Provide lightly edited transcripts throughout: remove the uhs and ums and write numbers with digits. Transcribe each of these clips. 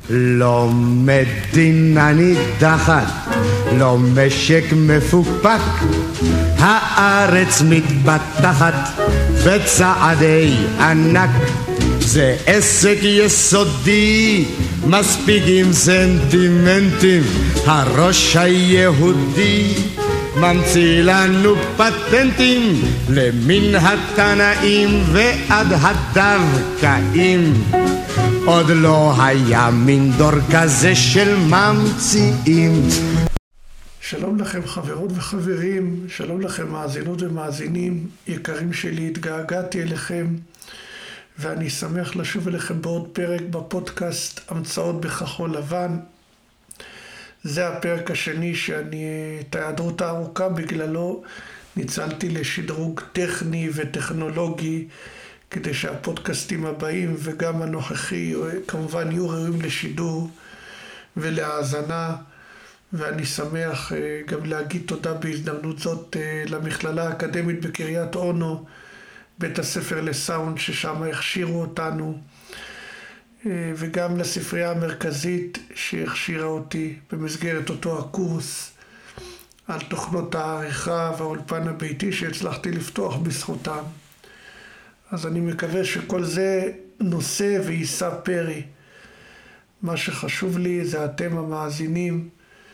לא מדינה נידחת, לא משק מפוקפק, הארץ מתפתחת בצעדי ענק. זה עסק יסודי, מספיק עם סנטימנטים, הראש היהודי ממציא לנו פטנטים, למן התנאים ועד הדווקאים. עוד לא היה מין דור כזה של ממציאים. שלום לכם חברות וחברים, שלום לכם מאזינות ומאזינים יקרים שלי, התגעגעתי אליכם ואני שמח לשוב אליכם בעוד פרק בפודקאסט המצאות בכחול לבן. זה הפרק השני שאני את ההיעדרות הארוכה בגללו ניצלתי לשדרוג טכני וטכנולוגי כדי שהפודקאסטים הבאים וגם הנוכחי כמובן יהיו ראויים לשידור ולהאזנה. ואני שמח גם להגיד תודה בהזדמנות זאת למכללה האקדמית בקריית אונו, בית הספר לסאונד ששם הכשירו אותנו, וגם לספרייה המרכזית שהכשירה אותי במסגרת אותו הקורס על תוכנות העריכה והאולפן הביתי שהצלחתי לפתוח בזכותם. אז אני מקווה שכל זה נושא ויישא פרי. מה שחשוב לי זה אתם המאזינים.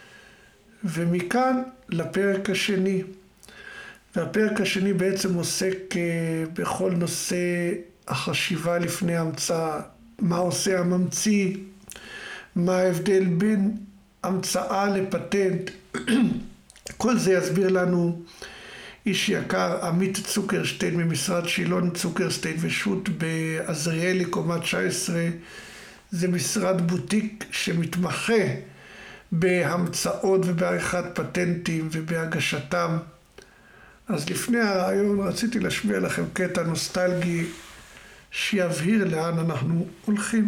ומכאן לפרק השני. והפרק השני בעצם עוסק בכל נושא החשיבה לפני המצאה. מה עושה הממציא? מה ההבדל בין המצאה לפטנט? כל זה יסביר לנו איש יקר, עמית צוקרשטיין ממשרד שילון צוקרשטיין ושות' בעזריאלי קומה 19. זה משרד בוטיק שמתמחה בהמצאות ובעריכת פטנטים ובהגשתם. אז לפני הרעיון רציתי להשמיע לכם קטע נוסטלגי שיבהיר לאן אנחנו הולכים.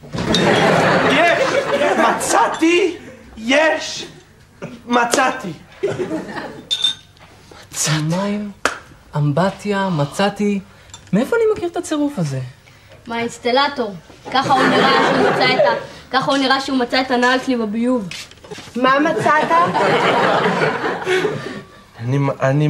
מצאתי! מים, אמבטיה, מצאתי. מאיפה אני מכיר את הצירוף הזה? מהאינסטלטור. ככה הוא נראה שהוא מצא את הנעל שלי בביוב. מה מצאת? אני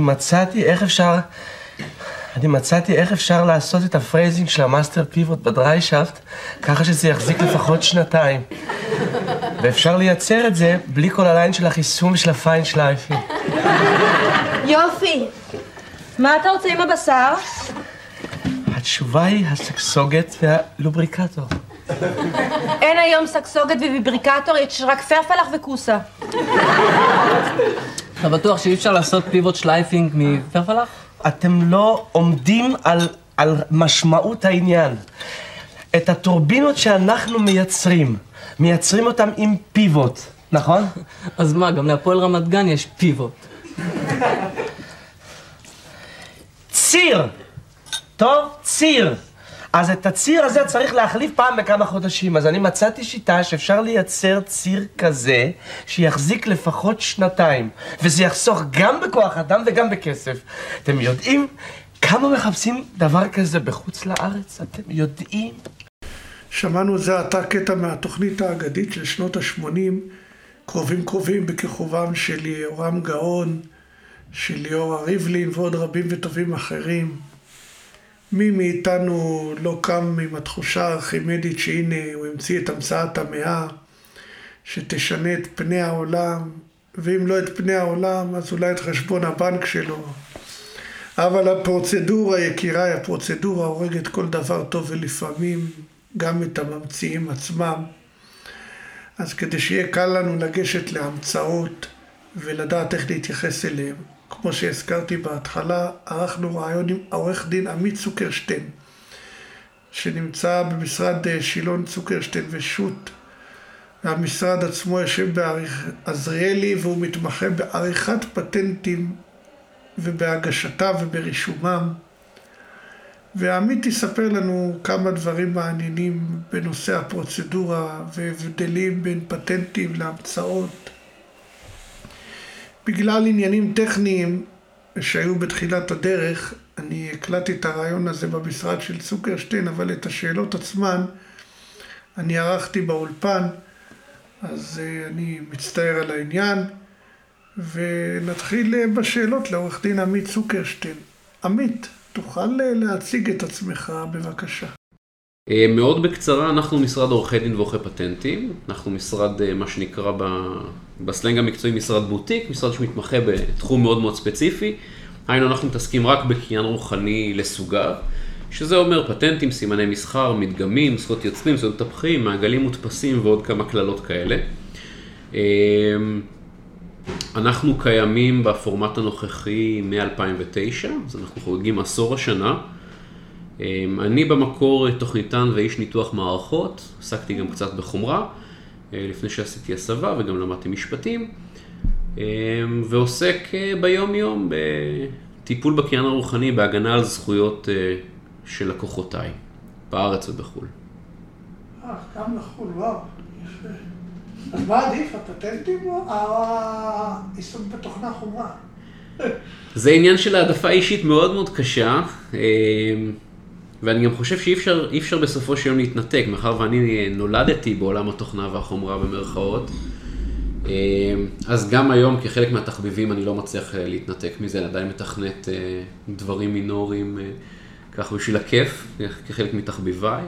מצאתי איך אפשר לעשות את הפרייזינג של המאסטר פיבוט בדריישאפט ככה שזה יחזיק לפחות 2 ואפשר לייצר את זה בלי כל הליין של החיסום ושל הפיין שלייפים. יופי. מה אתה רוצה עם הבשר? התשובה היא הסקסוגת והלובריקטור. אין היום סקסוגת וויבריקטור, יש רק פרפלח וקוסה. אתה בטוח שאי אפשר לעשות פיבוט שלייפינג מפרפלח? אתם לא עומדים על משמעות העניין. את הטורבינות שאנחנו מייצרים אותם עם פיבוט, נכון? אז מה, גם להפועל רמת גן יש פיבוט. ציר! טוב, ציר. אז את הציר הזה צריך להחליף פעם בכמה חודשים. אז אני מצאתי שיטה שאפשר לייצר ציר כזה שיחזיק לפחות 2 וזה יחסוך גם בכוח אדם וגם בכסף. אתם יודעים כמה מחפשים דבר כזה בחוץ לארץ? אתם יודעים? שמענו זה עתה קטע מהתוכנית האגדית של שנות ה-80, קרובים בכיכובם של יורם גאון, של ליאורה ריבלין ועוד רבים וטובים אחרים. מי מאיתנו לא קם עם התחושה הארכימדית שהנה הוא המציא את המצאת המאה שתשנה את פני העולם, ואם לא את פני העולם אז אולי את חשבון הבנק שלו. אבל הפרוצדורה יקירה, הפרוצדורה הורגת כל דבר טוב ולפעמים גם את הממציאים עצמם. אז כדי שיהיה קל לנו לגשת להמצאות ולדעת איך להתייחס אליהם, כמו שהזכרתי בהתחלה, ערכנו רעיון עם עורך דין עמית צוקרשטיין, שנמצא במשרד שילון צוקרשטיין ושות'. והמשרד עצמו יושב בעזריאלי, והוא מתמחה בעריכת פטנטים ובהגשתם וברישומם. ועמית יספר לנו כמה דברים מעניינים בנושא הפרוצדורה והבדלים בין פטנטים להמצאות. בגלל עניינים טכניים שהיו בתחילת הדרך, אני הקלטתי את הרעיון הזה במשרד של צוקרשטיין, אבל את השאלות עצמן אני ערכתי באולפן, אז אני מצטער על העניין, ונתחיל בשאלות לעורך דין עמית צוקרשטיין. עמית, תוכל להציג את עצמך בבקשה. מאוד בקצרה, אנחנו משרד עורכי דין ועורכי פטנטים. אנחנו משרד, מה שנקרא בסלנג המקצועי, משרד בוטיק, משרד שמתמחה בתחום מאוד מאוד ספציפי. היינו, אנחנו מתעסקים רק בקניין רוחני לסוגיו, שזה אומר פטנטים, סימני מסחר, מדגמים, זכויות יוצרים, זכויות מטפחים, מעגלים מודפסים ועוד כמה כללות כאלה. אנחנו קיימים בפורמט הנוכחי מ-2009, אז אנחנו חוגגים עשור השנה. אני במקור תוכניתן ואיש ניתוח מערכות, עסקתי גם קצת בחומרה, לפני שעשיתי הסבה וגם למדתי משפטים, ועוסק ביום יום בטיפול בקניין הרוחני, בהגנה על זכויות של לקוחותיי, בארץ ובחו"ל. גם לחו"ל, וואו, יפה. אז מה עדיף, הפטנטים או העיסוק בתוכנה חומרה? זה עניין של העדפה אישית מאוד מאוד קשה, ואני גם חושב שאי אפשר בסופו של יום להתנתק, מאחר ואני נולדתי בעולם התוכנה והחומרה במרכאות, אז גם היום כחלק מהתחביבים אני לא מצליח להתנתק מזה, אני עדיין מתכנת דברים מינוריים ככה בשביל הכיף, כחלק מתחביביי.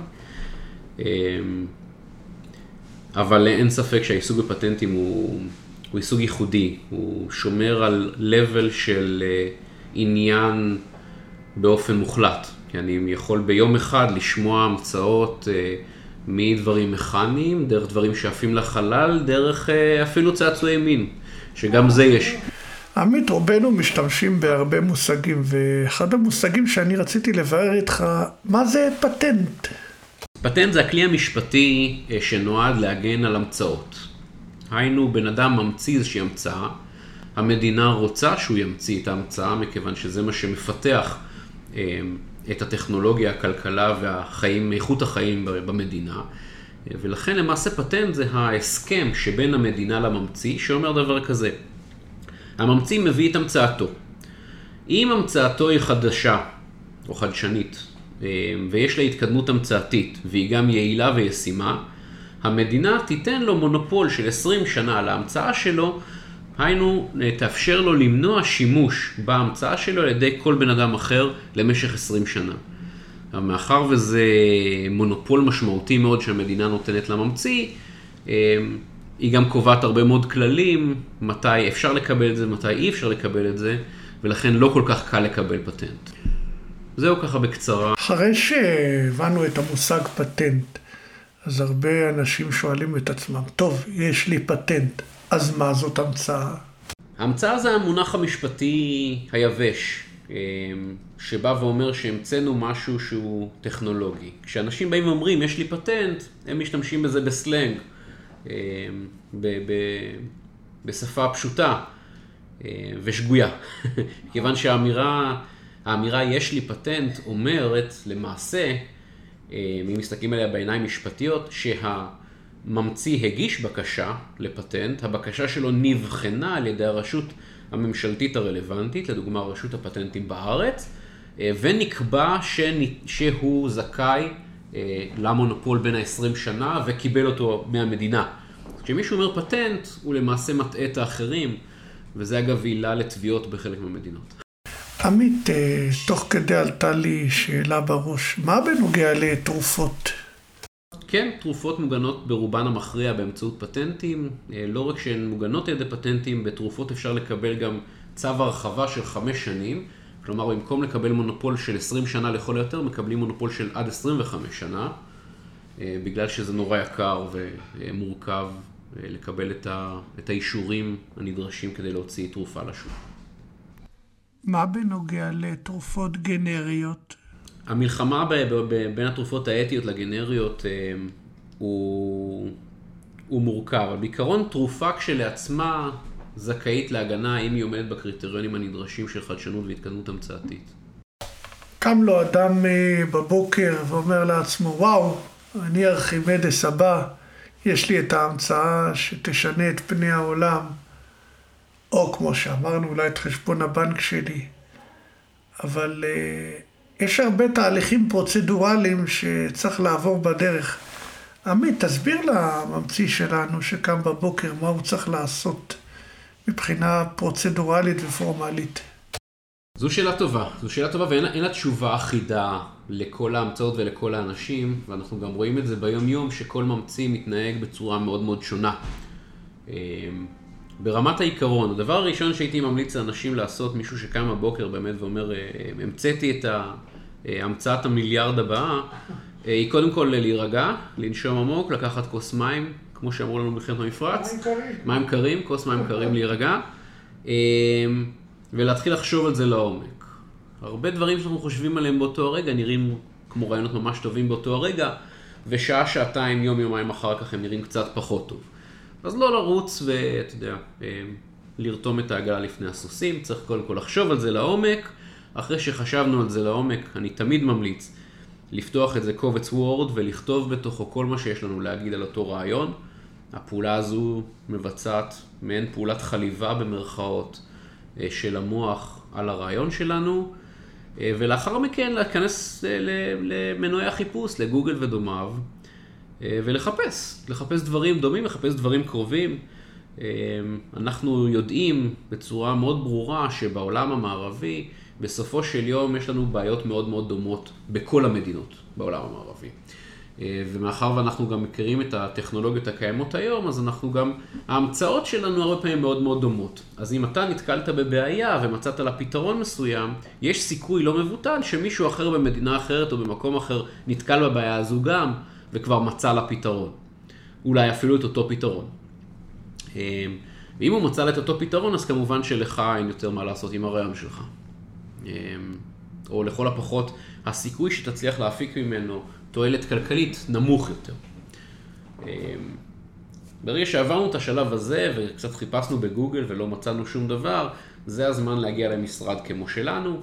אבל אין ספק שהעיסוק בפטנטים הוא עיסוק ייחודי, הוא שומר על level של עניין באופן מוחלט. כי אני יכול ביום אחד לשמוע המצאות מדברים מכניים, דרך דברים שעפים לחלל, דרך אפילו צעצועי מין, שגם זה יש. עמית, רובנו משתמשים בהרבה מושגים, ואחד המושגים שאני רציתי לברר איתך, מה זה פטנט? פטנט זה הכלי המשפטי שנועד להגן על המצאות. היינו, בן אדם ממציא איזושהי המצאה, המדינה רוצה שהוא ימציא את ההמצאה, מכיוון שזה מה שמפתח את הטכנולוגיה, הכלכלה והחיים, איכות החיים במדינה. ולכן למעשה פטנט זה ההסכם שבין המדינה לממציא, שאומר דבר כזה. הממציא מביא את המצאתו. אם המצאתו היא חדשה או חדשנית, ויש לה התקדמות המצאתית, והיא גם יעילה וישימה, המדינה תיתן לו מונופול של 20 שנה על ההמצאה שלו, היינו, תאפשר לו למנוע שימוש בהמצאה שלו על ידי כל בן אדם אחר למשך 20 שנה. מאחר וזה מונופול משמעותי מאוד שהמדינה נותנת לממציא, היא גם קובעת הרבה מאוד כללים, מתי אפשר לקבל את זה, מתי אי אפשר לקבל את זה, ולכן לא כל כך קל לקבל פטנט. זהו ככה בקצרה. אחרי שהבנו את המושג פטנט, אז הרבה אנשים שואלים את עצמם, טוב, יש לי פטנט, אז מה זאת המצאה? המצאה זה המונח המשפטי היבש, שבא ואומר שהמצאנו משהו שהוא טכנולוגי. כשאנשים באים ואומרים, יש לי פטנט, הם משתמשים בזה בסלנג, בשפה פשוטה ושגויה. כיוון שהאמירה יש לי פטנט אומרת למעשה, אם מסתכלים עליה בעיניים משפטיות, שהממציא הגיש בקשה לפטנט, הבקשה שלו נבחנה על ידי הרשות הממשלתית הרלוונטית, לדוגמה רשות הפטנטים בארץ, ונקבע שהוא זכאי למונופול בין ה-20 שנה וקיבל אותו מהמדינה. כשמישהו אומר פטנט, הוא למעשה מטעה את האחרים, וזה אגב עילה לתביעות בחלק מהמדינות. עמית, תוך כדי עלתה לי שאלה בראש, מה בנוגע לתרופות? כן, תרופות מוגנות ברובן המכריע באמצעות פטנטים. לא רק שהן מוגנות על ידי פטנטים, בתרופות אפשר לקבל גם צו הרחבה של 5 שנים. כלומר, במקום לקבל מונופול של 20 שנה לכל היותר, מקבלים מונופול של עד 25 שנה, בגלל שזה נורא יקר ומורכב לקבל את האישורים הנדרשים כדי להוציא תרופה לשוק. מה בנוגע לתרופות גנריות? המלחמה בין התרופות האתיות לגנריות הוא מורכב. אבל בעיקרון תרופה כשלעצמה זכאית להגנה אם היא עומדת בקריטריונים הנדרשים של חדשנות והתקדמות המצאתית. קם לו אדם בבוקר ואומר לעצמו, וואו, אני ארכימדס הבא, יש לי את ההמצאה שתשנה את פני העולם, או כמו שאמרנו, אולי את חשבון הבנק שלי. אבל יש הרבה תהליכים פרוצדורליים שצריך לעבור בדרך. עמית, תסביר לממציא שלנו שקם בבוקר מה הוא צריך לעשות מבחינה פרוצדורלית ופורמלית. זו שאלה טובה ואין לה תשובה אחידה לכל ההמצאות ולכל האנשים, ואנחנו גם רואים את זה ביום יום שכל ממציא מתנהג בצורה מאוד מאוד שונה. ברמת העיקרון, הדבר הראשון שהייתי ממליץ לאנשים לעשות, מישהו שקם בבוקר באמת ואומר, המצאתי את המצאת המיליארד הבאה, היא קודם כל להירגע, לנשום עמוק, לקחת כוס מים, כמו שאמרו לנו במלחמת המפרץ. מים קרים, כוס מים קרים להירגע. ולהתחיל לחשוב על זה לעומק. הרבה דברים שאנחנו חושבים עליהם באותו הרגע נראים כמו רעיונות ממש טובים באותו הרגע, ושעה, שעתיים, יום, יומיים אחר כך הם נראים קצת פחות טוב. אז לא לרוץ ואתה יודע, לרתום את העגלה לפני הסוסים, צריך קודם כל לחשוב על זה לעומק. אחרי שחשבנו על זה לעומק, אני תמיד ממליץ לפתוח את זה קובץ וורד ולכתוב בתוכו כל מה שיש לנו להגיד על אותו רעיון. הפעולה הזו מבצעת מעין פעולת חליבה במרכאות של המוח על הרעיון שלנו, ולאחר מכן להיכנס למנועי החיפוש, לגוגל ודומיו, ולחפש דברים דומים, לחפש דברים קרובים. אנחנו יודעים בצורה מאוד ברורה שבעולם המערבי, בסופו של יום יש לנו בעיות מאוד מאוד דומות בכל המדינות בעולם המערבי. ומאחר ואנחנו גם מכירים את הטכנולוגיות הקיימות היום, אז אנחנו גם, ההמצאות שלנו הרבה פעמים מאוד מאוד דומות. אז אם אתה נתקלת בבעיה ומצאת לה פתרון מסוים, יש סיכוי לא מבוטל שמישהו אחר במדינה אחרת או במקום אחר נתקל בבעיה הזו גם, וכבר מצא לה פתרון. אולי אפילו את אותו פתרון. ואם הוא מצא לה את אותו פתרון, אז כמובן שלך אין יותר מה לעשות עם הרעיון שלך. או לכל הפחות, הסיכוי שתצליח להפיק ממנו תועלת כלכלית נמוך יותר. ברגע שעברנו את השלב הזה וקצת חיפשנו בגוגל ולא מצאנו שום דבר, זה הזמן להגיע למשרד כמו שלנו.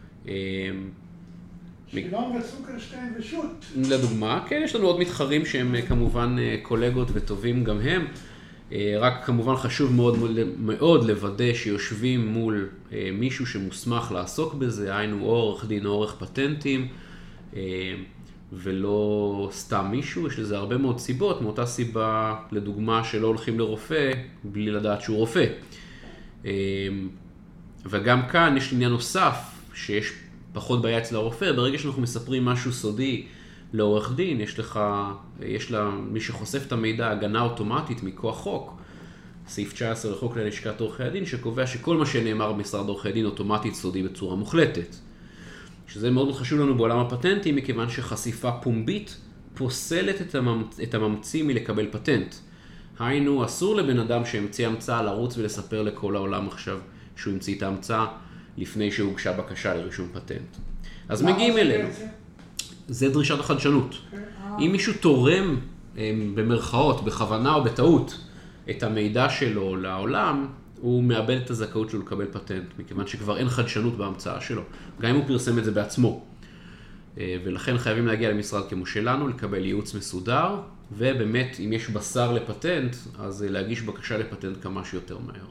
שילון וצוקרשטיין ושות. לדוגמה, כן, יש לנו עוד מתחרים שהם כמובן קולגות וטובים גם הם. רק כמובן חשוב מאוד מאוד לוודא שיושבים מול מישהו שמוסמך לעסוק בזה, היינו עורך דין או עורך פטנטים, ולא סתם מישהו. יש לזה הרבה מאוד סיבות, מאותה סיבה לדוגמה שלא הולכים לרופא בלי לדעת שהוא רופא. וגם כאן יש עניין נוסף שיש פחות בעיה אצל הרופא. ברגע שאנחנו מספרים משהו סודי לעורך דין, יש לה מי שחושף את המידע הגנה אוטומטית מכוח חוק, סעיף 19 לחוק ללשכת עורכי הדין, שקובע שכל מה שנאמר במשרד עורכי הדין אוטומטית סודי בצורה מוחלטת. שזה מאוד חשוב לנו בעולם הפטנטים, מכיוון שחשיפה פומבית פוסלת את הממציא מלקבל פטנט. היינו, אסור לבן אדם שהמציא המצאה לרוץ ולספר לכל העולם עכשיו שהוא המציא את ההמצאה לפני שהוגשה בקשה לרישום פטנט. אז מגיעים אלינו. זה דרישת החדשנות. אם מישהו תורם במרכאות, בכוונה או בטעות, את המידע שלו לעולם, הוא מאבד את הזכאות שלו לקבל פטנט, מכיוון שכבר אין חדשנות בהמצאה שלו, גם אם הוא פרסם את זה בעצמו. ולכן חייבים להגיע למשרד כמו שלנו, לקבל ייעוץ מסודר, ובאמת, אם יש בשר לפטנט, אז להגיש בקשה לפטנט כמה שיותר מהר.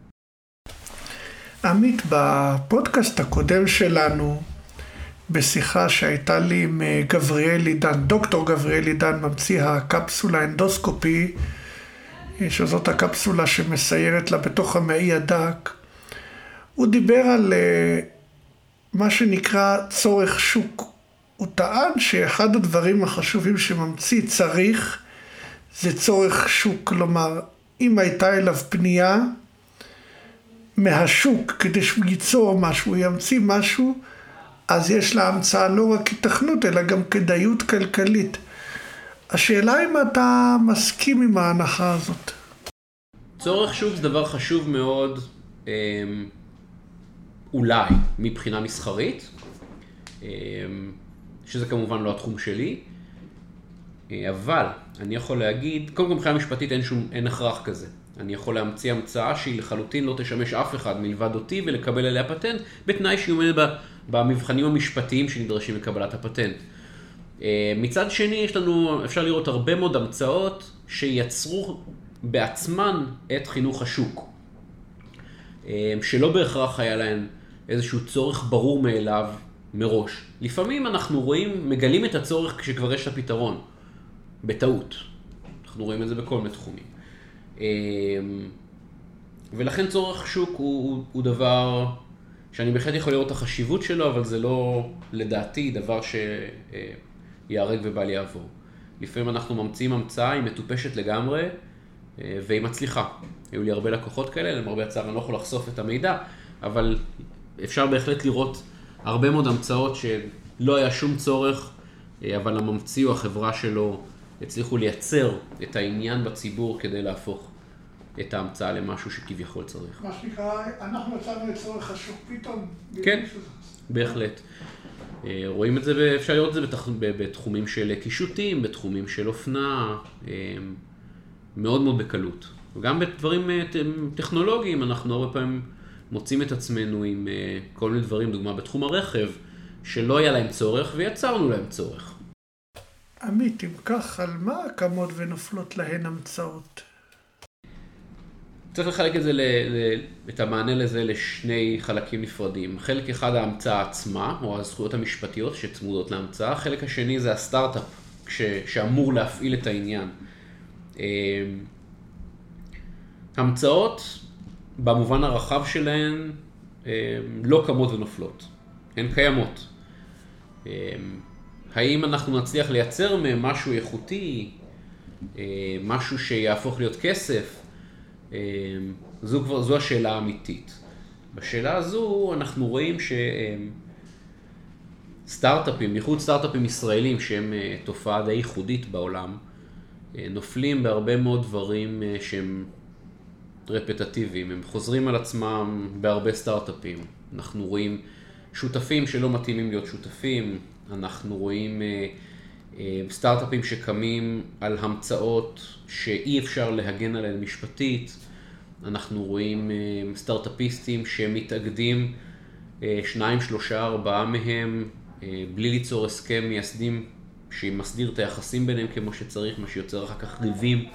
עמית, בפודקאסט הקודם שלנו, בשיחה שהייתה לי עם גבריאל עידן, דוקטור גבריאל עידן, ממציא הקפסולה האנדוסקופי, שזאת הקפסולה שמסיירת לה בתוך המעי הדק, הוא דיבר על מה שנקרא צורך שוק. הוא טען שאחד הדברים החשובים שממציא צריך זה צורך שוק. כלומר, אם הייתה אליו פנייה מהשוק כדי שהוא ייצור משהו, ימציא משהו, אז יש להמצאה לא רק התכנות אלא גם כדאיות כלכלית. השאלה אם אתה מסכים עם ההנחה הזאת. צורך שוק זה דבר חשוב מאוד, אולי מבחינה מסחרית, שזה כמובן לא התחום שלי, אבל אני יכול להגיד, קודם כל מבחינה משפטית אין הכרח כזה. אני יכול להמציא המצאה שהיא לחלוטין לא תשמש אף אחד מלבד אותי ולקבל עליה פטנט, בתנאי שהיא עומדת במבחנים המשפטיים שנדרשים לקבלת הפטנט. מצד שני, אפשר לראות הרבה מאוד המצאות שיצרו בעצמן את חינוך השוק, שלא בהכרח היה להן איזשהו צורך ברור מאליו מראש. לפעמים אנחנו מגלים את הצורך כשכבר יש את הפתרון, בטעות. אנחנו רואים את זה בכל מיני תחומים. ולכן צורך שוק הוא דבר שאני בהחלט יכול לראות את החשיבות שלו, אבל זה לא, לדעתי, דבר שיערג ובל יעבור. לפעמים אנחנו ממציאים המצאה, היא מטופשת לגמרי, והיא מצליחה. היו לי הרבה לקוחות כאלה, למרבה הצער אני לא יכול לחשוף את המידע, אבל אפשר בהחלט לראות הרבה מאוד המצאות שלא היה שום צורך, אבל הממציא או החברה שלו הצליחו לייצר את העניין בציבור כדי להפוך את ההמצאה למשהו שכביכול צריך. מה שנקרא, אנחנו יצאנו לצורך השוק פתאום. כן, בהחלט. רואים את זה, אפשר לראות את זה בתחומים של קישוטים, בתחומים של אופנה, מאוד מאוד בקלות. וגם בדברים טכנולוגיים אנחנו הרבה פעמים מוצאים את עצמנו עם כל מיני דברים, דוגמה בתחום הרכב, שלא היה להם צורך ויצרנו להם צורך. עמית, אם כך, על מה הקמות ונופלות להן המצאות? צריך לחלק את המענה לזה לשני חלקים נפרדים. חלק אחד ההמצאה עצמה, או הזכויות המשפטיות שצמודות להמצאה. חלק השני זה הסטארט-אפ, שאמור להפעיל את העניין. המצאות, במובן הרחב שלהן, לא קמות ונופלות. הן קיימות. האם אנחנו נצליח לייצר משהו איכותי, משהו שיהפוך להיות כסף? זו השאלה האמיתית. בשאלה הזו אנחנו רואים שסטארט-אפים, בייחוד סטארט-אפים ישראלים שהם תופעה די ייחודית בעולם, נופלים בהרבה מאוד דברים שהם רפטטיביים, הם חוזרים על עצמם בהרבה סטארט-אפים. אנחנו רואים שותפים שלא מתאימים להיות שותפים, אנחנו רואים סטארט-אפים שקמים על המצאות שאי אפשר להגן עליהן משפטית, אנחנו רואים סטארט-אפיסטים שמתאגדים 2, 3, 4 מהם בלי ליצור הסכם מייסדים שמסדיר את היחסים ביניהם כמו שצריך, מה שיוצר אחר כך ריבים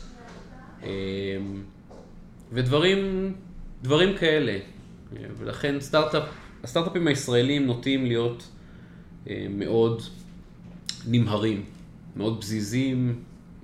ודברים כאלה. ולכן הסטארט-אפים הישראלים נוטים להיות מאוד נמהרים, מאוד בזיזים.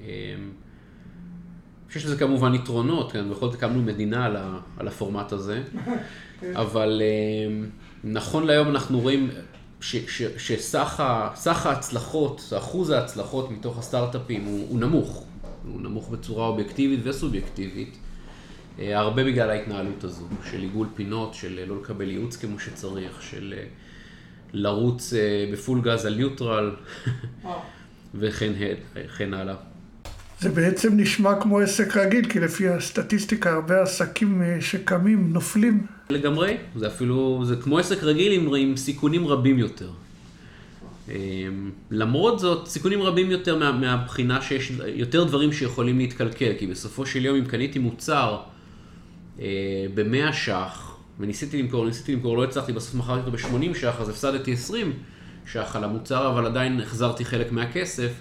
אני חושב שזה כמובן יתרונות, בכל זאת הקמנו מדינה על הפורמט הזה, אבל נכון להיום אנחנו רואים שסך ההצלחות, אחוז ההצלחות מתוך הסטארט-אפים הוא נמוך. הוא נמוך בצורה אובייקטיבית וסובייקטיבית, הרבה בגלל ההתנהלות הזו, של עיגול פינות, של לא לקבל ייעוץ כמו שצריך, של לרוץ בפול גז על ניוטרל, וכן הלאה. זה בעצם נשמע כמו עסק רגיל, כי לפי הסטטיסטיקה הרבה עסקים שקמים נופלים. לגמרי, זה כמו עסק רגיל עם סיכונים רבים יותר. למרות זאת, סיכונים רבים יותר מהבחינה שיש יותר דברים שיכולים להתקלקל, כי בסופו של יום אם קניתי מוצר ב-100 ש"ח, וניסיתי למכור, לא הצלחתי, בסוף מכרתי אותו ב-80 ש"ח, אז הפסדתי 20 ש"ח על המוצר, אבל עדיין החזרתי חלק מהכסף.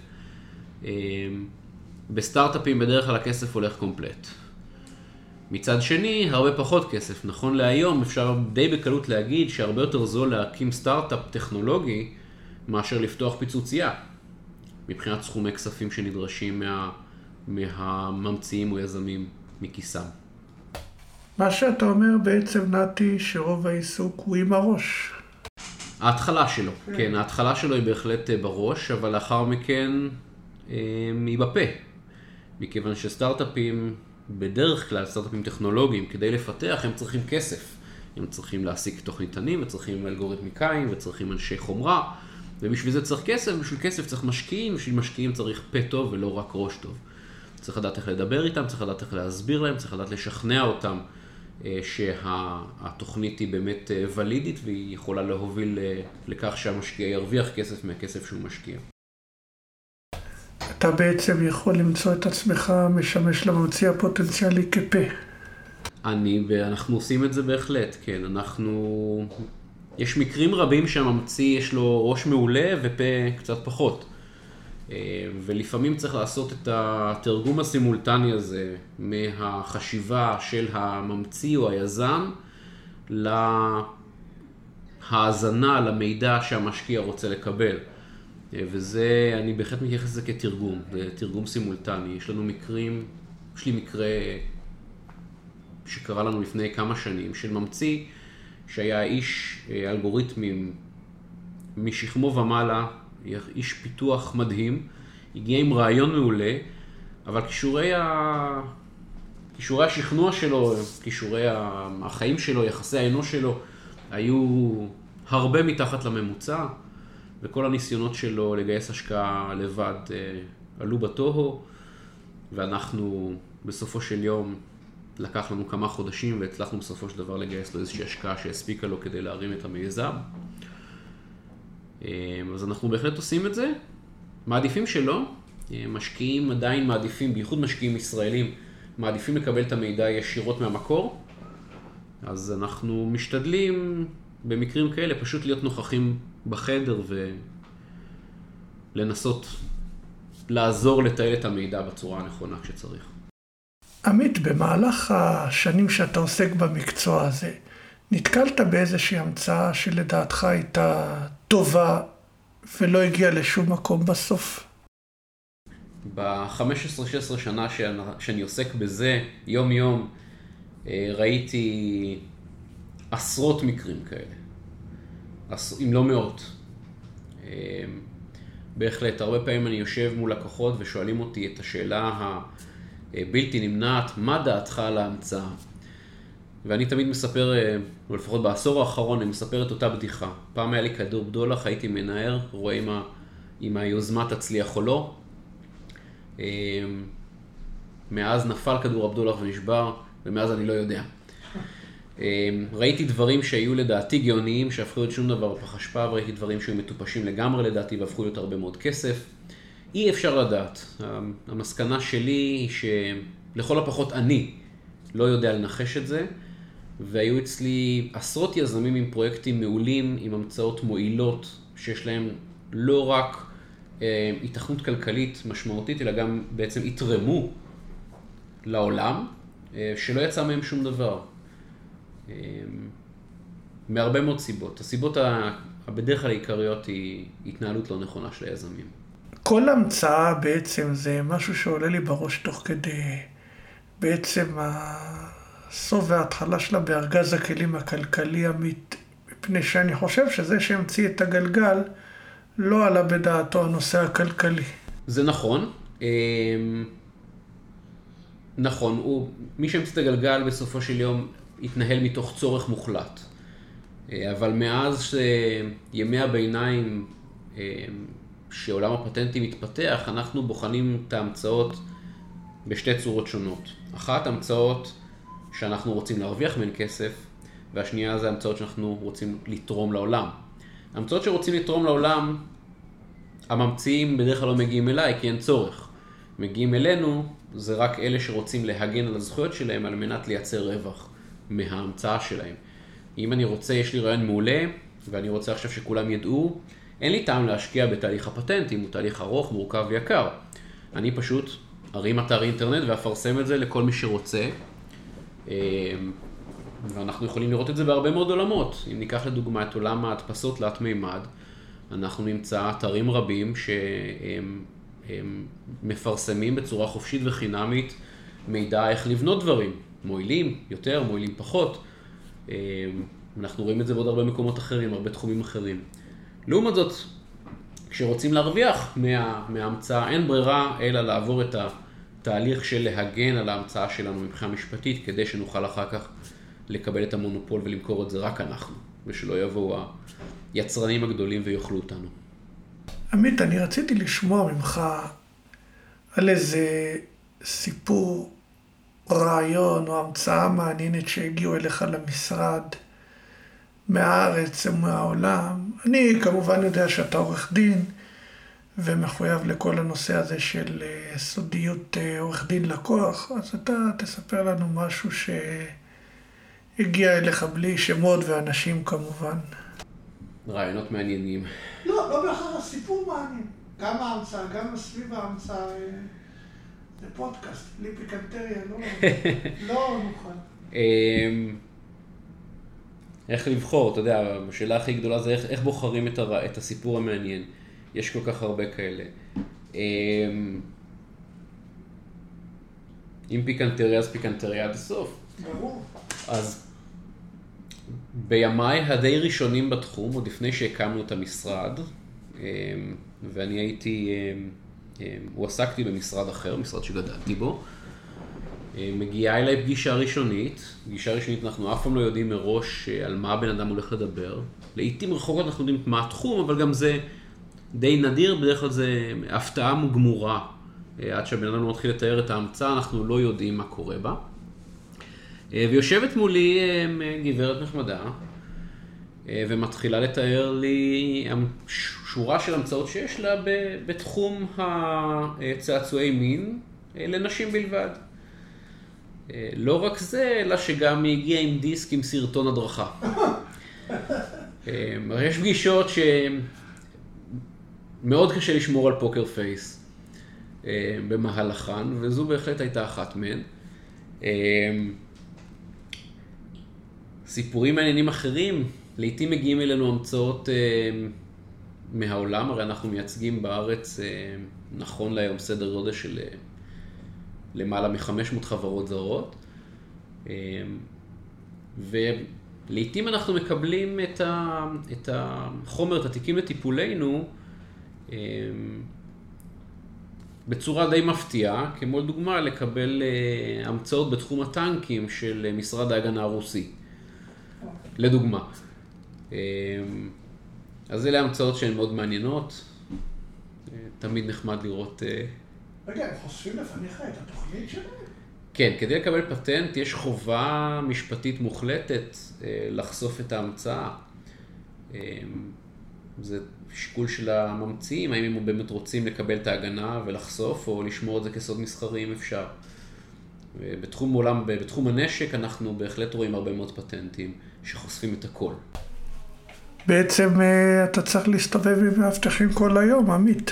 בסטארט-אפים בדרך כלל הכסף הולך קומפלט. מצד שני, הרבה פחות כסף. נכון להיום אפשר די בקלות להגיד שהרבה יותר זול להקים סטארט-אפ טכנולוגי מאשר לפתוח פיצוצייה, מבחינת סכומי כספים שנדרשים מהממציאים או יזמים מכיסם. מה שאתה אומר בעצם, נתי, שרוב העיסוק הוא עם הראש. ההתחלה שלו, כן, ההתחלה שלו היא בהחלט בראש, אבל לאחר מכן היא בפה. מכיוון שסטארט-אפים, בדרך כלל סטארט-אפים טכנולוגיים, כדי לפתח הם צריכים כסף. הם צריכים להשיג תוכניתנים, וצריכים אלגוריתמיקאים, וצריכים אנשי חומרה, ובשביל זה צריך כסף, ובשביל כסף צריך משקיעים, בשביל משקיעים צריך פה טוב ולא רק ראש טוב. צריך לדעת איך לדבר איתם, צריך לדעת איך להסביר להם, צריך לדעת לשכנע אותם שהתוכנית היא באמת ולידית, והיא יכולה להוביל לכך שהמשקיע ירוויח כסף מהכסף שהוא משקיע. אתה בעצם יכול למצוא את עצמך משמש לממציא הפוטנציאלי כפה. אנחנו עושים את זה בהחלט, כן. יש מקרים רבים שהממציא יש לו ראש מעולה ופה קצת פחות. ולפעמים צריך לעשות את התרגום הסימולטני הזה מהחשיבה של הממציא או היזם להאזנה, למידע שהמשקיע רוצה לקבל. וזה, אני בהחלט מתייחס לזה כתרגום, זה תרגום סימולטני. יש לנו מקרים, יש לי מקרה שקרה לנו לפני כמה שנים, של ממציא שהיה איש אלגוריתמים משכמו ומעלה, איש פיתוח מדהים, הגיע עם רעיון מעולה, אבל כישורי השכנוע שלו, כישורי החיים שלו, יחסי האנוש שלו, היו הרבה מתחת לממוצע, וכל הניסיונות שלו לגייס השקעה לבד עלו בתוהו, ואנחנו בסופו של יום לקח לנו כמה חודשים, והצלחנו בסופו של דבר לגייס לו איזושהי השקעה שהספיקה לו כדי להרים את המיזם. אז אנחנו בהחלט עושים את זה. מעדיפים שלא, משקיעים עדיין מעדיפים, בייחוד משקיעים ישראלים, מעדיפים לקבל את המידע ישירות מהמקור. אז אנחנו משתדלים במקרים כאלה פשוט להיות נוכחים בחדר ולנסות לעזור לתעל את המידע בצורה הנכונה כשצריך. עמית, במהלך השנים שאתה עוסק במקצוע הזה, נתקלת באיזושהי המצאה שלדעתך הייתה טובה ולא הגיעה לשום מקום בסוף? ב-15-16 שנה שאני עוסק בזה, יום יום, ראיתי עשרות מקרים כאלה, אם לא מאות. בהחלט, הרבה פעמים אני יושב מול לקוחות ושואלים אותי את השאלה הבלתי נמנעת, מה דעתך על ההמצאה? ואני תמיד מספר, או לפחות בעשור האחרון, אני מספר את אותה בדיחה. פעם היה לי כדור בדולח, הייתי מנער, רואה אם היוזמה תצליח או לא. מאז נפל כדור הבדולח ונשבר, ומאז אני לא יודע. ראיתי דברים שהיו לדעתי גאוניים, שהפכו להיות שום דבר בפח אשפה, וראיתי דברים שהיו מטופשים לגמרי לדעתי, והפכו להיות הרבה מאוד כסף. אי אפשר לדעת. המסקנה שלי היא שלכל הפחות אני לא יודע לנחש את זה, והיו אצלי עשרות יזמים עם פרויקטים מעולים, עם המצאות מועילות, שיש להם לא רק התכנות כלכלית משמעותית, אלא גם בעצם יתרמו לעולם, שלא יצא מהם שום דבר. מהרבה מאוד סיבות. הסיבות בדרך כלל העיקריות היא התנהלות לא נכונה של היזמים. כל המצאה בעצם זה משהו שעולה לי בראש תוך כדי בעצם הסוף וההתחלה שלה בארגז הכלים הכלכלי עמית, מפני שאני חושב שזה שהמציא את הגלגל לא עלה בדעתו הנושא הכלכלי. זה נכון. נכון, מי שהמציא את הגלגל בסופו של יום התנהל מתוך צורך מוחלט. אבל מאז ימי הביניים שעולם הפטנטים מתפתח, אנחנו בוחנים את ההמצאות בשתי צורות שונות. אחת, המצאות שאנחנו רוצים להרוויח מהן כסף, והשנייה זה המצאות שאנחנו רוצים לתרום לעולם. המצאות שרוצים לתרום לעולם, הממציאים בדרך כלל לא מגיעים אליי כי אין צורך. מגיעים אלינו, זה רק אלה שרוצים להגן על הזכויות שלהם על מנת לייצר רווח מההמצאה שלהם. אם אני רוצה, יש לי רעיון מעולה, ואני רוצה עכשיו שכולם ידעו, אין לי טעם להשקיע בתהליך הפטנטים, הוא תהליך ארוך, מורכב ויקר. אני פשוט ארים אתר אינטרנט ואפרסם את זה לכל מי שרוצה, ואנחנו יכולים לראות את זה בהרבה מאוד עולמות. אם ניקח לדוגמה את עולם ההדפסות תלת מימד, אנחנו נמצא אתרים רבים שהם מפרסמים בצורה חופשית וחינמית מידע איך לבנות דברים, מועילים יותר, מועילים פחות. אנחנו רואים את זה בעוד הרבה מקומות אחרים, הרבה תחומים אחרים. לעומת זאת, כשרוצים להרוויח מההמצאה, אין ברירה אלא לעבור את התהליך של להגן על ההמצאה שלנו מבחינה משפטית, כדי שנוכל אחר כך לקבל את המונופול ולמכור את זה רק אנחנו, ושלא יבואו היצרנים הגדולים ויאכלו אותנו. עמית, אני רציתי לשמוע ממך על איזה סיפור, רעיון או המצאה מעניינת שהגיעו אליך למשרד, מהארץ ומהעולם. אני כמובן יודע שאתה עורך דין ומחויב לכל הנושא הזה של סודיות עורך דין לקוח, אז אתה תספר לנו משהו שהגיע אליך בלי שמות ואנשים כמובן. רעיונות מעניינים. לא בהכרח הסיפור מעניין. גם ההמצאה, גם סביב ההמצאה. זה פודקאסט, בלי פיקנטריה, לא נוכל. איך לבחור, אתה יודע, השאלה הכי גדולה זה איך בוחרים את הסיפור המעניין. יש כל כך הרבה כאלה. אם פיקנטריה, אז פיקנטריה עד הסוף. ברור. אז בימיי הדי ראשונים בתחום, עוד לפני שהקמנו את המשרד, ואני הייתי, הועסקתי במשרד אחר, משרד שגדלתי בו, מגיעה אליי פגישה ראשונית. פגישה ראשונית אנחנו אף פעם לא יודעים מראש על מה הבן אדם הולך לדבר. לעתים רחוקות אנחנו יודעים מה התחום, אבל גם זה די נדיר, בדרך כלל זה הפתעה מוגמורה. עד שהבן אדם לא מתחיל לתאר את ההמצאה, אנחנו לא יודעים מה קורה בה. ויושבת מולי גברת נחמדה, ומתחילה לתאר לי שורה של המצאות שיש לה בתחום הצעצועי מין לנשים בלבד. לא רק זה, אלא שגם היא הגיעה עם דיסק עם סרטון הדרכה. יש פגישות שמאוד קשה לשמור על פוקר פייס במהלכן, וזו בהחלט הייתה אחת מהן. סיפורים מעניינים אחרים, לעתים מגיעים אלינו המצאות מהעולם, הרי אנחנו מייצגים בארץ נכון להיום סדר גודל של למעלה מ-500 חברות זרות, ולעתים אנחנו מקבלים את החומר, את התיקים לטיפולנו, בצורה די מפתיעה, כמו לדוגמה לקבל המצאות בתחום הטנקים של משרד ההגנה הרוסי. לדוגמה. אז אלה המצאות שהן מאוד מעניינות. תמיד נחמד לראות... רגע, הם חושפים לפניך את התוכנית שלהם? כן, כדי לקבל פטנט יש חובה משפטית מוחלטת לחשוף את ההמצאה. זה שיקול של הממציאים, האם הם באמת רוצים לקבל את ההגנה ולחשוף, או לשמור את זה כסוד מסחרי אם אפשר. בתחום הנשק אנחנו בהחלט רואים הרבה מאוד פטנטים שחושפים את הכל. בעצם אתה צריך להסתובב עם מאבטחים כל היום, עמית.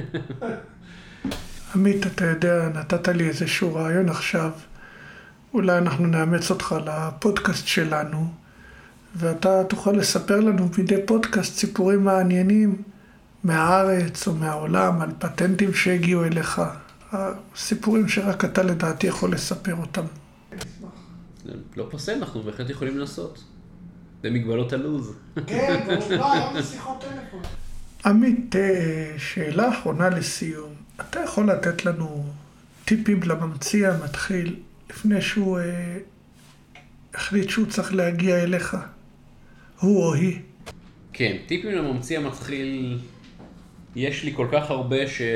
עמית, אתה יודע, נתת לי איזשהו רעיון עכשיו. אולי אנחנו נאמץ אותך לפודקאסט שלנו, ואתה תוכל לספר לנו מדי פודקאסט סיפורים מעניינים מהארץ או מהעולם על פטנטים שהגיעו אליך. סיפורים שרק אתה לדעתי יכול לספר אותם. לא פוסל, אנחנו בהחלט יכולים לנסות. במגבלות הלוז. כן, ברור, היום בשיחות טלפון. עמית, שאלה אחרונה לסיום. אתה יכול לתת לנו טיפים לממציא המתחיל לפני שהוא החליט שהוא צריך להגיע אליך, הוא או היא? כן, טיפים לממציא המתחיל, יש לי כל כך הרבה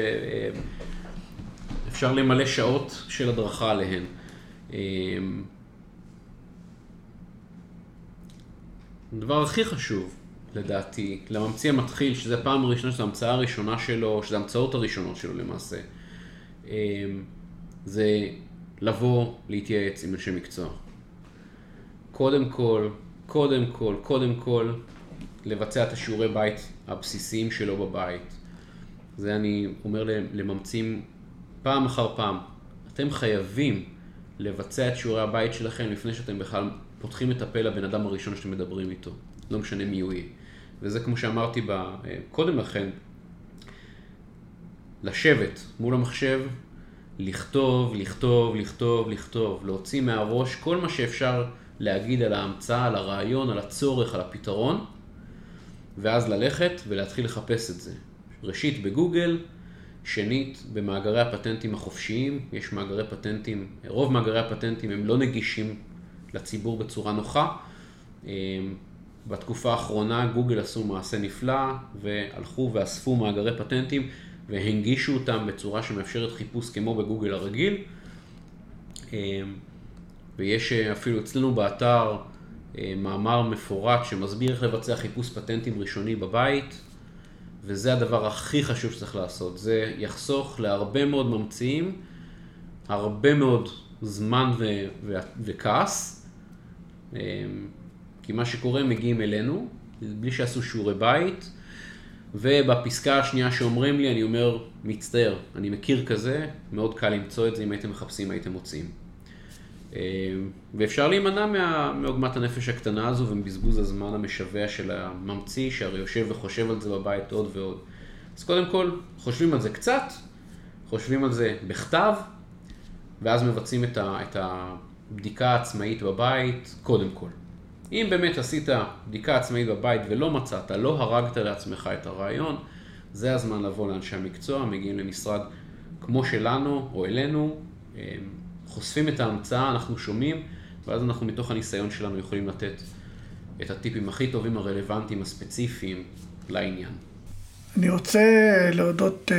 שאפשר למלא שעות של הדרכה עליהן. הדבר הכי חשוב, לדעתי, לממציא המתחיל, שזה הפעם הראשונה, שזו ההמצאה הראשונה שלו, שזה ההמצאות הראשונות שלו למעשה, זה לבוא להתייעץ עם אנשי מקצוע. קודם כל, לבצע את השיעורי בית הבסיסיים שלו בבית. זה אני אומר לממצאים פעם אחר פעם, אתם חייבים לבצע את שיעורי הבית שלכם לפני שאתם בכלל פותחים את הפה לבן אדם הראשון שאתם מדברים איתו. לא משנה מי הוא יהיה. וזה כמו שאמרתי קודם לכן, לשבת מול המחשב, לכתוב, להוציא מהראש כל מה שאפשר להגיד על ההמצאה, על הרעיון, על הצורך, על הפתרון, ואז ללכת ולהתחיל לחפש את זה. ראשית בגוגל, שנית במאגרי הפטנטים החופשיים, יש מאגרי פטנטים, רוב מאגרי הפטנטים הם לא נגישים לציבור בצורה נוחה. בתקופה האחרונה גוגל עשו מעשה נפלא והלכו ואספו מאגרי פטנטים והנגישו אותם בצורה שמאפשרת חיפוש כמו בגוגל הרגיל. ויש אפילו אצלנו באתר מאמר מפורט שמסביר איך לבצע חיפוש פטנטים ראשוני בבית, וזה הדבר הכי חשוב שצריך לעשות. זה יחסוך להרבה מאוד ממציאים, הרבה מאוד זמן וכעס, כי מה שקורה מגיעים אלינו, בלי שעשו שיעורי בית, ובפסקה השנייה שאומרים לי, אני אומר, מצטער, אני מכיר כזה, מאוד קל למצוא את זה, אם הייתם מחפשים, הייתם מוצאים. ואפשר להימנע מעוגמת הנפש הקטנה הזו ומבזבוז הזמן המשווע של הממציא, שהרי יושב וחושב על זה בבית עוד ועוד. אז קודם כל, חושבים על זה קצת, חושבים על זה בכתב, ואז מבצעים את הבדיקה העצמאית בבית קודם כל. אם באמת עשית בדיקה עצמאית בבית ולא מצאת, לא הרגת לעצמך את הרעיון, זה הזמן לבוא לאנשי המקצוע, מגיעים למשרד כמו שלנו או אלינו, חושפים את ההמצאה, אנחנו שומעים, ואז אנחנו מתוך הניסיון שלנו יכולים לתת את הטיפים הכי טובים, הרלוונטיים, הספציפיים לעניין. אני רוצה להודות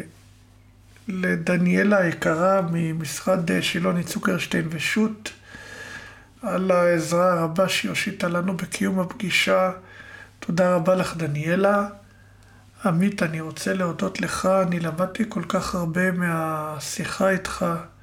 לדניאלה היקרה ממשרד שילוני צוקרשטיין ושות' על העזרה הרבה שהיא הושיטה לנו בקיום הפגישה. תודה רבה לך דניאלה. עמית, אני רוצה להודות לך, אני למדתי כל כך הרבה מהשיחה איתך,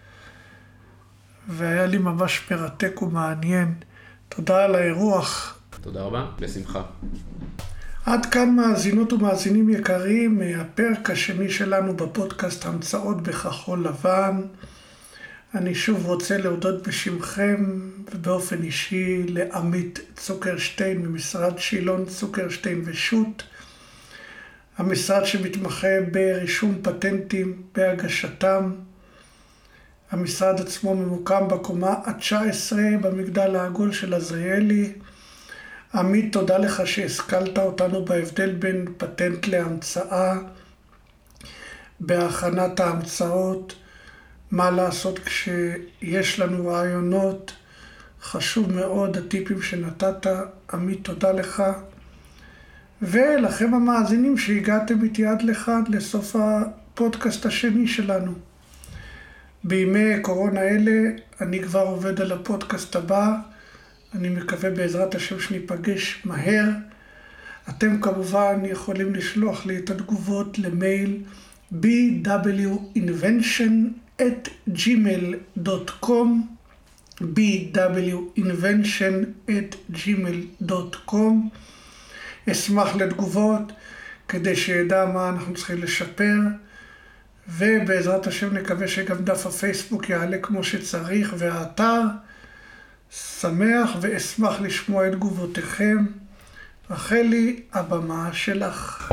והיה לי ממש מרתק ומעניין. תודה על האירוח. תודה רבה, בשמחה. עד כאן מאזינות ומאזינים יקרים, הפרק השני שלנו בפודקאסט המצאות בכחול לבן. אני שוב רוצה להודות בשמכם ובאופן אישי לעמית צוקרשטיין ממשרד שילון צוקרשטיין ושות', המשרד שמתמחה ברישום פטנטים בהגשתם. המשרד עצמו ממוקם בקומה ה-19 במגדל העגול של עזריאלי. עמית, תודה לך שהשכלת אותנו בהבדל בין פטנט להמצאה, בהכנת ההמצאות, מה לעשות כשיש לנו רעיונות. חשוב מאוד הטיפים שנתת. עמית, תודה לך. ולכם המאזינים שהגעתם איתי עד לכאן לסוף הפודקאסט השני שלנו. בימי קורונה אלה אני כבר עובד על הפודקאסט הבא. אני מקווה בעזרת השם שניפגש מהר. אתם כמובן יכולים לשלוח לי את התגובות למייל bwinvention@gmail.com bwinvention@gmail.com. אשמח לתגובות כדי שידע מה אנחנו צריכים לשפר, ובעזרת השם נקווה שגם דף הפייסבוק יעלה כמו שצריך והאתר. שמח ואשמח לשמוע את תגובותיכם. רחלי, הבמה שלך.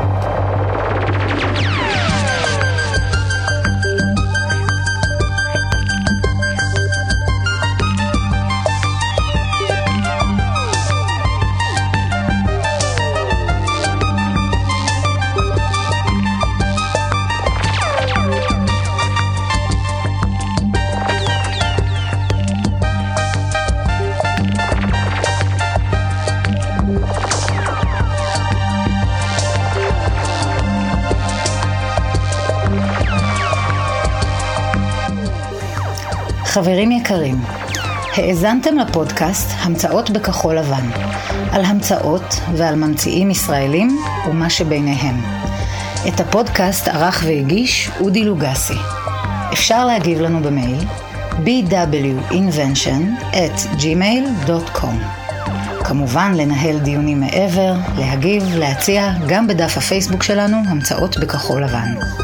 חברים יקרים, האזנתם לפודקאסט המצאות בכחול לבן, על המצאות ועל ממציאים ישראלים ומה שביניהם. את הפודקאסט ערך והגיש אודי לוגסי. אפשר להגיב לנו במייל bwinvention@gmail.com. כמובן לנהל דיונים מעבר, להגיב, להציע גם בדף הפייסבוק שלנו המצאות בכחול לבן.